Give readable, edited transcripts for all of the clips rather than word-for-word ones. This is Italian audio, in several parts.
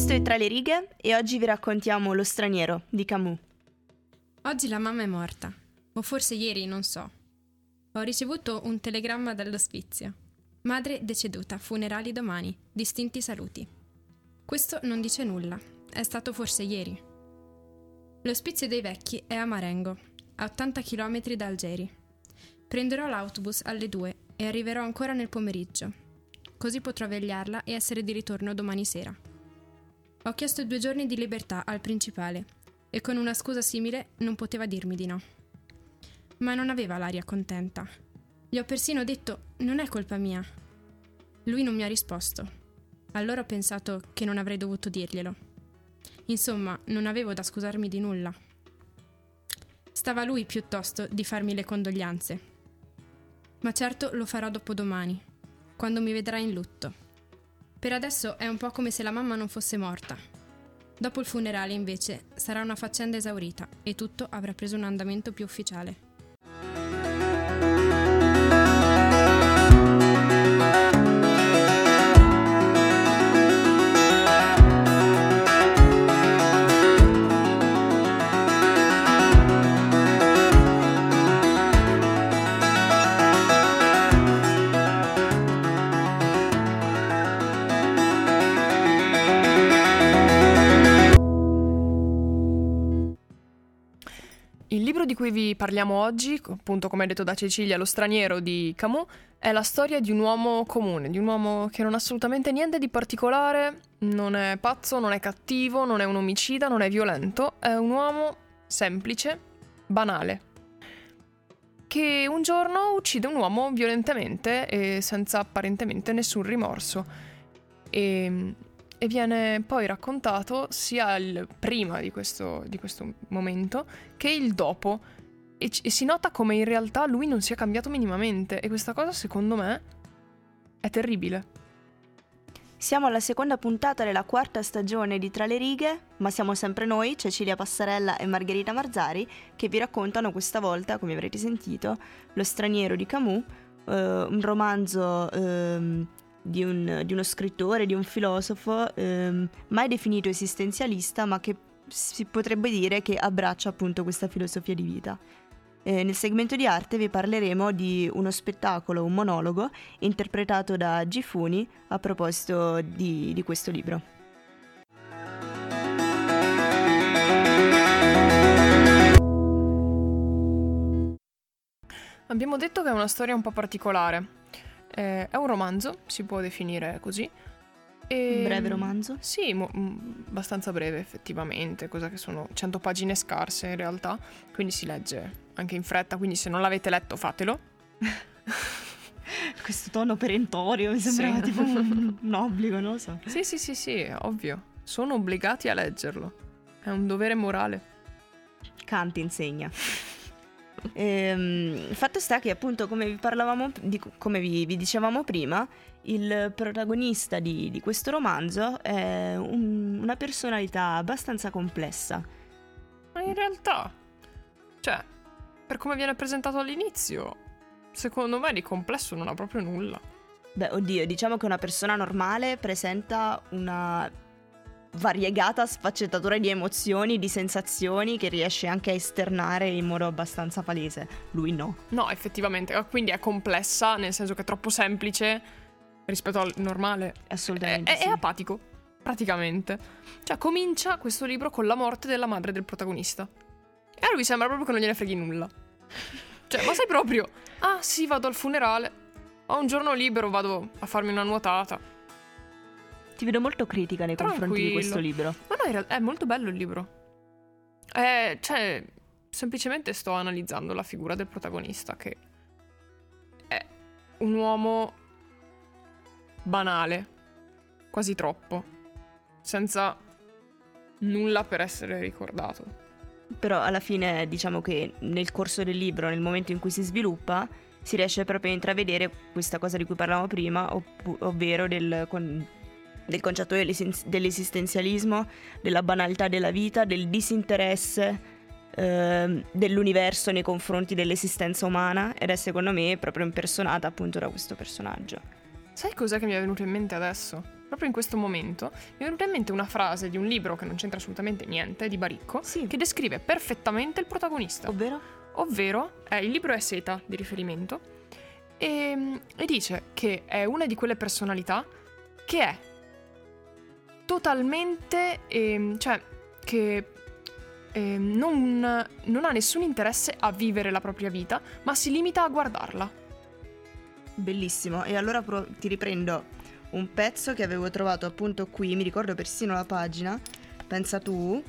Questo è Tra le righe e oggi vi raccontiamo Lo straniero di Camus. Oggi la mamma è morta, o forse ieri, non so. Ho ricevuto un telegramma dall'ospizio. Madre deceduta, funerali domani, distinti saluti. Questo non dice nulla, è stato forse ieri. L'ospizio dei vecchi è a Marengo, a 80 km da Algeri. Prenderò l'autobus alle 2 e arriverò ancora nel pomeriggio. Così potrò vegliarla e essere di ritorno domani sera. Ho chiesto 2 giorni di libertà al principale e con una scusa simile non poteva dirmi di no. Ma non aveva l'aria contenta. Gli ho persino detto: non è colpa mia. Lui non mi ha risposto. Allora ho pensato che non avrei dovuto dirglielo. Insomma, non avevo da scusarmi di nulla. Stava lui piuttosto di farmi le condoglianze. Ma certo lo farò dopodomani, quando mi vedrà in lutto. Per adesso è un po' come se la mamma non fosse morta. Dopo il funerale, invece, sarà una faccenda esaurita e tutto avrà preso un andamento più ufficiale. Il libro di cui vi parliamo oggi, appunto come detto da Cecilia, Lo straniero di Camus, è la storia di un uomo comune, di un uomo che non ha assolutamente niente di particolare, non è pazzo, non è cattivo, non è un omicida, non è violento, è un uomo semplice, banale, che un giorno uccide un uomo violentemente e senza apparentemente nessun rimorso. E viene poi raccontato sia il prima di questo momento che il dopo. E si nota come in realtà lui non sia cambiato minimamente. E questa cosa, secondo me, è terribile. Siamo alla seconda puntata della 4ª stagione di Tra le righe, ma siamo sempre noi, Cecilia Passarella e Margherita Marzari, che vi raccontano questa volta, come avrete sentito, Lo straniero di Camus, un romanzo di uno scrittore, di un filosofo mai definito esistenzialista, ma che si potrebbe dire che abbraccia appunto questa filosofia di vita. Nel segmento di arte vi parleremo di uno spettacolo, un monologo interpretato da Gifuni a proposito di questo libro. Abbiamo detto che è una storia un po' particolare. È un romanzo, si può definire così. Un breve romanzo? Sì, abbastanza breve effettivamente, cosa che sono 100 pagine scarse in realtà, quindi si legge anche in fretta, quindi se non l'avete letto fatelo. Questo tono perentorio mi sembrava tipo un obbligo, non lo so. Sì, ovvio, sono obbligati a leggerlo, è un dovere morale. Kant insegna. Il fatto sta che appunto come vi parlavamo come vi dicevamo prima, il protagonista di questo romanzo è una personalità abbastanza complessa. Ma in realtà, cioè, per come viene presentato all'inizio, secondo me di complesso non ha proprio nulla. Beh, oddio, diciamo che una persona normale presenta una variegata sfaccettatura di emozioni, di sensazioni che riesce anche a esternare in modo abbastanza palese. Lui no. No, effettivamente, quindi è complessa, nel senso che è troppo semplice rispetto al normale. Assolutamente È apatico, praticamente. Cioè, comincia questo libro con la morte della madre del protagonista. E a lui sembra proprio che non gliene freghi nulla. Cioè, ma sai proprio, ah sì, vado al funerale, ho un giorno libero, vado a farmi una nuotata. Ti vedo molto critica nei confronti di questo libro. Ma no, in realtà è molto bello il libro. Cioè, semplicemente sto analizzando la figura del protagonista, che è un uomo banale, quasi troppo, senza nulla per essere ricordato. Però alla fine diciamo che nel corso del libro, nel momento in cui si sviluppa, si riesce proprio a intravedere questa cosa di cui parlavamo prima, ovvero del concetto dell'esistenzialismo, della banalità della vita, del disinteresse dell'universo nei confronti dell'esistenza umana, ed è secondo me proprio impersonata appunto da questo personaggio. Sai cos'è che mi è venuto in mente adesso? proprio in questo momento, mi è venuta in mente una frase di un libro che non c'entra assolutamente niente, di Baricco, Sì. che descrive perfettamente il protagonista. Ovvero? Il libro è Seta, di riferimento, e dice che è una di quelle personalità che è totalmente, non ha nessun interesse a vivere la propria vita, ma si limita a guardarla. Bellissimo. E allora ti riprendo un pezzo che avevo trovato appunto qui, mi ricordo persino la pagina. Pensa tu.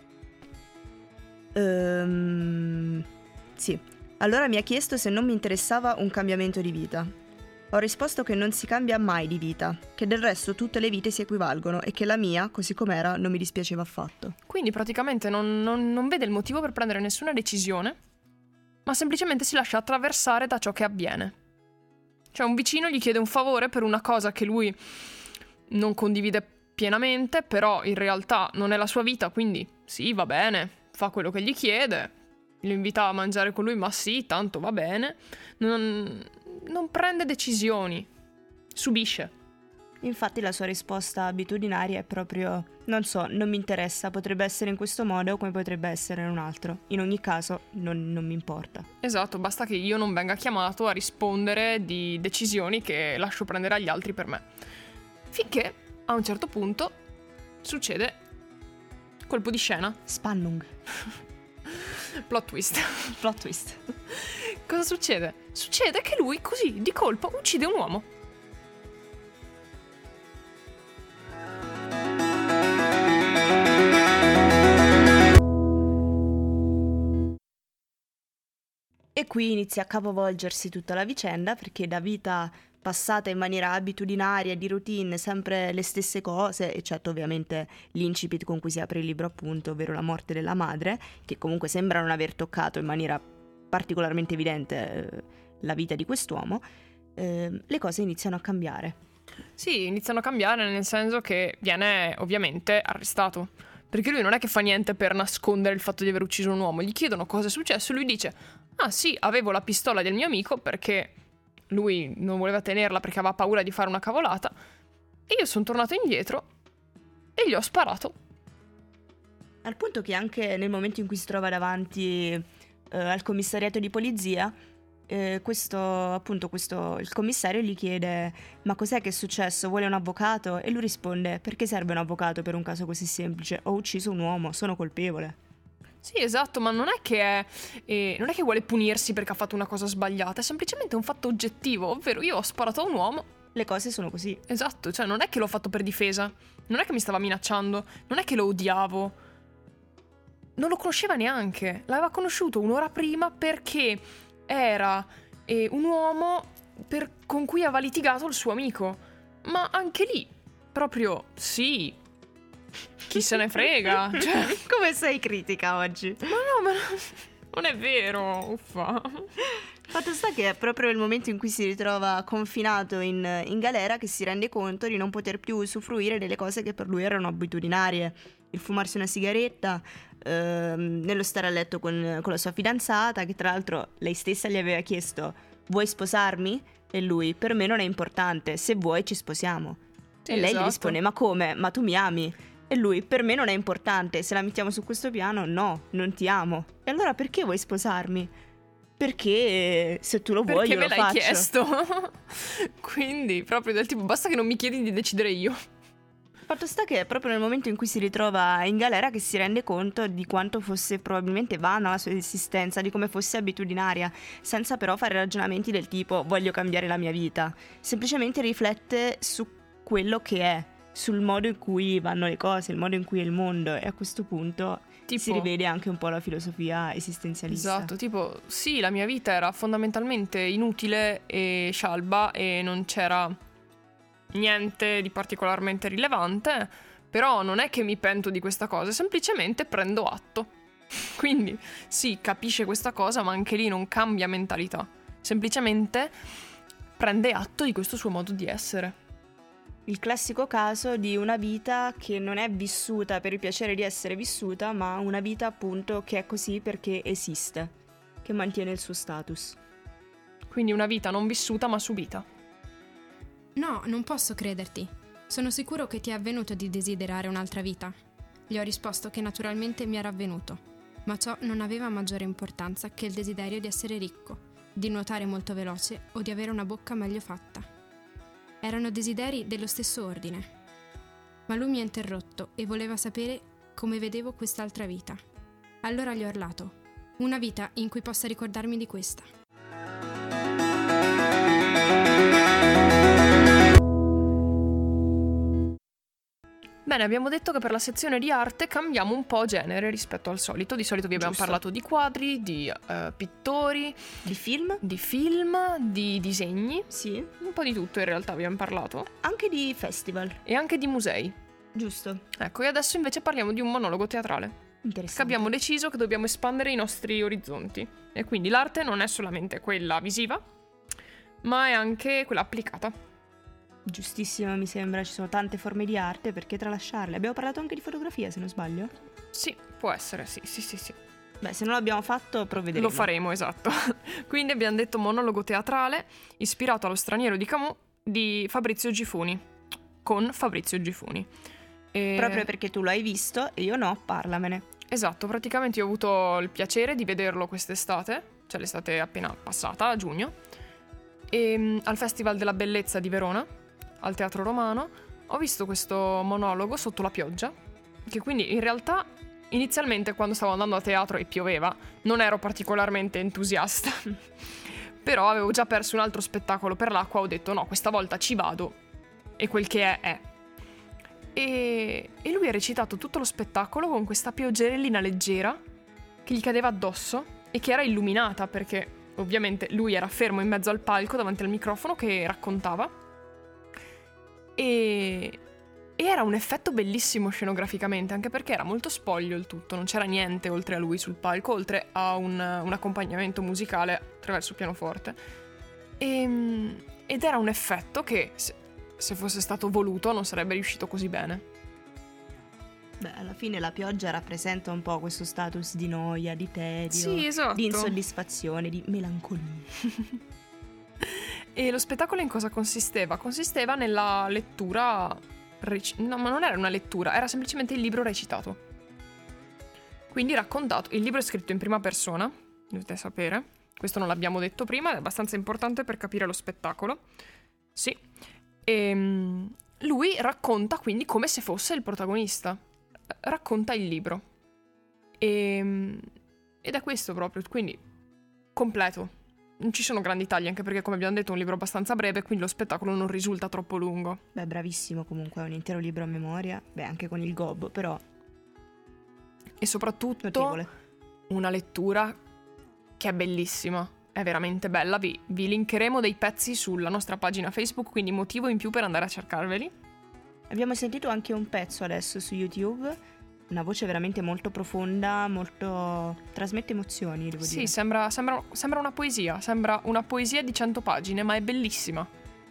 Sì. Allora mi ha chiesto se non mi interessava un cambiamento di vita. Ho risposto che non si cambia mai di vita, che del resto tutte le vite si equivalgono e che la mia, così com'era, non mi dispiaceva affatto. Quindi praticamente non vede il motivo per prendere nessuna decisione, ma semplicemente si lascia attraversare da ciò che avviene. Cioè un vicino gli chiede un favore per una cosa che lui non condivide pienamente, però in realtà non è la sua vita, quindi sì, va bene, fa quello che gli chiede, lo invita a mangiare con lui, ma sì, tanto va bene, non prende decisioni, subisce. Infatti la sua risposta abitudinaria è proprio: non so, non mi interessa, potrebbe essere in questo modo come potrebbe essere in un altro. In ogni caso non mi importa. Esatto, basta che io non venga chiamato a rispondere di decisioni che lascio prendere agli altri per me. Finché a un certo punto succede colpo di scena. Spannung. Plot twist. Plot twist. Cosa succede? Succede che lui così di colpo uccide un uomo. E qui inizia a capovolgersi tutta la vicenda, perché da vita passata in maniera abitudinaria, di routine, sempre le stesse cose, eccetto ovviamente l'incipit con cui si apre il libro appunto, ovvero la morte della madre, che comunque sembra non aver toccato in maniera particolarmente evidente la vita di quest'uomo, le cose iniziano a cambiare. Sì, iniziano a cambiare nel senso che viene ovviamente arrestato. Perché lui non è che fa niente per nascondere il fatto di aver ucciso un uomo. Gli chiedono cosa è successo e lui dice: ah sì, avevo la pistola del mio amico perché lui non voleva tenerla perché aveva paura di fare una cavolata. E io sono tornato indietro e gli ho sparato. Al punto che anche nel momento in cui si trova davanti al commissariato di polizia, il commissario gli chiede: ma cos'è che è successo? Vuole un avvocato? E lui risponde: perché serve un avvocato per un caso così semplice? Ho ucciso un uomo, sono colpevole. Sì, esatto, ma non è che vuole punirsi perché ha fatto una cosa sbagliata, è semplicemente un fatto oggettivo, ovvero io ho sparato a un uomo. Le cose sono così. Esatto, cioè non è che l'ho fatto per difesa, non è che mi stava minacciando, non è che lo odiavo. Non lo conosceva neanche, l'aveva conosciuto un'ora prima perché era un uomo con cui aveva litigato il suo amico. Ma anche lì, proprio, sì, chi se ne frega. Cioè, come sei critica oggi? Ma non è vero, uffa. Fatto sta che è proprio il momento in cui si ritrova confinato in galera che si rende conto di non poter più usufruire delle cose che per lui erano abitudinarie. Il fumarsi una sigaretta, nello stare a letto con la sua fidanzata, che tra l'altro lei stessa gli aveva chiesto: vuoi sposarmi? E lui: per me non è importante, se vuoi ci sposiamo. Sì, e lei esatto. gli risponde: ma come? Ma tu mi ami? E lui: per me non è importante, se la mettiamo su questo piano, no, non ti amo. E allora perché vuoi sposarmi? Perché se tu lo vuoi io lo faccio. Perché me l'hai chiesto. Quindi proprio del tipo: basta che non mi chiedi di decidere io. Fatto sta che è proprio nel momento in cui si ritrova in galera che si rende conto di quanto fosse probabilmente vana la sua esistenza, di come fosse abitudinaria, senza però fare ragionamenti del tipo: voglio cambiare la mia vita. Semplicemente riflette su quello che è, sul modo in cui vanno le cose, il modo in cui è il mondo, e a questo punto si rivede anche un po' la filosofia esistenzialista. Esatto, tipo, sì, la mia vita era fondamentalmente inutile e scialba e non c'era niente di particolarmente rilevante, però non è che mi pento di questa cosa, semplicemente prendo atto. Quindi sì, capisce questa cosa, ma anche lì non cambia mentalità, semplicemente prende atto di questo suo modo di essere. Il classico caso di una vita che non è vissuta per il piacere di essere vissuta, ma una vita appunto che è così perché esiste, che mantiene il suo status. Quindi una vita non vissuta ma subita. No, non posso crederti. Sono sicuro che ti è avvenuto di desiderare un'altra vita? Gli ho risposto che naturalmente mi era avvenuto, ma ciò non aveva maggiore importanza che il desiderio di essere ricco, di nuotare molto veloce o di avere una bocca meglio fatta. Erano desideri dello stesso ordine. Ma lui mi ha interrotto e voleva sapere come vedevo quest'altra vita. Allora gli ho urlato: una vita in cui possa ricordarmi di questa. Bene, abbiamo detto che per la sezione di arte cambiamo un po' genere rispetto al solito. Di solito vi abbiamo parlato di quadri, di pittori, Di film? di disegni. Sì. Un po' di tutto in realtà abbiamo parlato. Anche di festival. E anche di musei. Giusto. Ecco, e adesso invece parliamo di un monologo teatrale. Perché Interessante. abbiamo deciso che dobbiamo espandere i nostri orizzonti. E quindi l'arte non è solamente quella visiva, ma è anche quella applicata. Giustissimo, mi sembra. Ci sono tante forme di arte, perché tralasciarle? Abbiamo parlato anche di fotografia, se non sbaglio. Sì, può essere, sì. Beh, se non l'abbiamo fatto, provvederemo. Lo faremo, esatto. Quindi abbiamo detto monologo teatrale ispirato allo straniero di Camus di Fabrizio Gifuni, con Fabrizio Gifuni. Proprio perché tu lo hai visto e io no, parlamene. Esatto, praticamente io ho avuto il piacere di vederlo quest'estate, cioè l'estate appena passata, a giugno, al Festival della Bellezza di Verona, al Teatro Romano. Ho visto questo monologo sotto la pioggia, che quindi in realtà inizialmente quando stavo andando a teatro e pioveva non ero particolarmente entusiasta, però avevo già perso un altro spettacolo per l'acqua, ho detto no, questa volta ci vado e quel che è. E lui ha recitato tutto lo spettacolo con questa pioggerellina leggera che gli cadeva addosso e che era illuminata perché ovviamente lui era fermo in mezzo al palco davanti al microfono che raccontava e era un effetto bellissimo scenograficamente, anche perché era molto spoglio il tutto, non c'era niente oltre a lui sul palco, oltre a un accompagnamento musicale attraverso il pianoforte. Ed era un effetto che se fosse stato voluto non sarebbe riuscito così bene. Beh, alla fine la pioggia rappresenta un po' questo status di noia, di tedio, Sì, esatto. di insoddisfazione, di melancolia. E lo spettacolo in cosa consisteva? Consisteva nella lettura... No, ma non era una lettura, era semplicemente il libro recitato. Quindi raccontato... Il libro è scritto in prima persona, dovete sapere. Questo non l'abbiamo detto prima, è abbastanza importante per capire lo spettacolo. Sì. E lui racconta quindi come se fosse il protagonista. Racconta il libro. Ed è questo proprio, quindi completo. Non ci sono grandi tagli, anche perché, come abbiamo detto, è un libro abbastanza breve, quindi lo spettacolo non risulta troppo lungo. Beh, bravissimo comunque, è un intero libro a memoria. Beh, anche con il gobbo, però E soprattutto notevole. una lettura che è bellissima. È veramente bella. Vi linkeremo dei pezzi sulla nostra pagina Facebook, quindi motivo in più per andare a cercarveli. Abbiamo sentito anche un pezzo adesso su YouTube. Una voce veramente molto profonda, molto... trasmette emozioni, devo dire. Sì, sembra una poesia. Sembra una poesia di 100 pagine, ma è bellissima.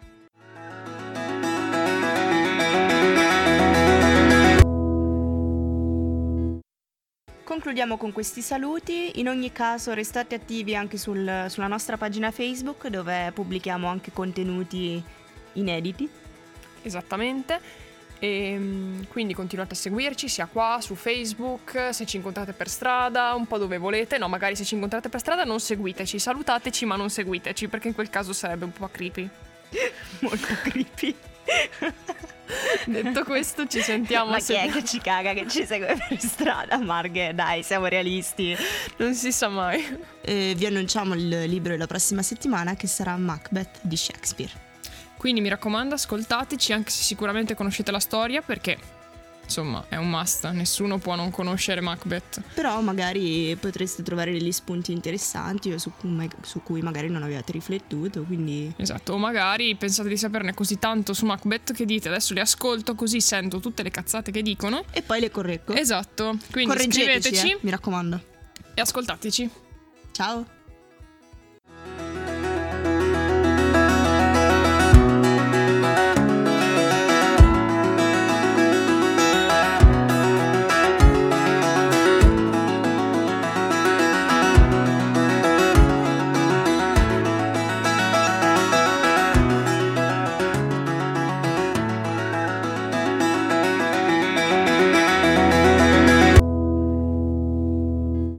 Concludiamo con questi saluti. In ogni caso restate attivi anche sulla nostra pagina Facebook, dove pubblichiamo anche contenuti inediti. Esattamente. E quindi continuate a seguirci sia qua su Facebook, se ci incontrate per strada, un po' dove volete. No, magari se ci incontrate per strada non seguiteci, salutateci ma non seguiteci, perché in quel caso sarebbe un po' creepy. Molto creepy. Detto questo, ci sentiamo. Ma chi è che ci caga, che ci segue per strada? Marghe, dai, siamo realisti. Non si sa mai. Vi annunciamo il libro della prossima settimana, che sarà Macbeth di Shakespeare. Quindi mi raccomando, ascoltateci, anche se sicuramente conoscete la storia, perché insomma è un must, nessuno può non conoscere Macbeth. Però magari potreste trovare degli spunti interessanti o su cui magari non avevate riflettuto, quindi... Esatto, o magari pensate di saperne così tanto su Macbeth che dite adesso li ascolto così sento tutte le cazzate che dicono. E poi le correggo. Esatto, quindi correggeteci, scriveteci mi raccomando. e ascoltateci. Ciao.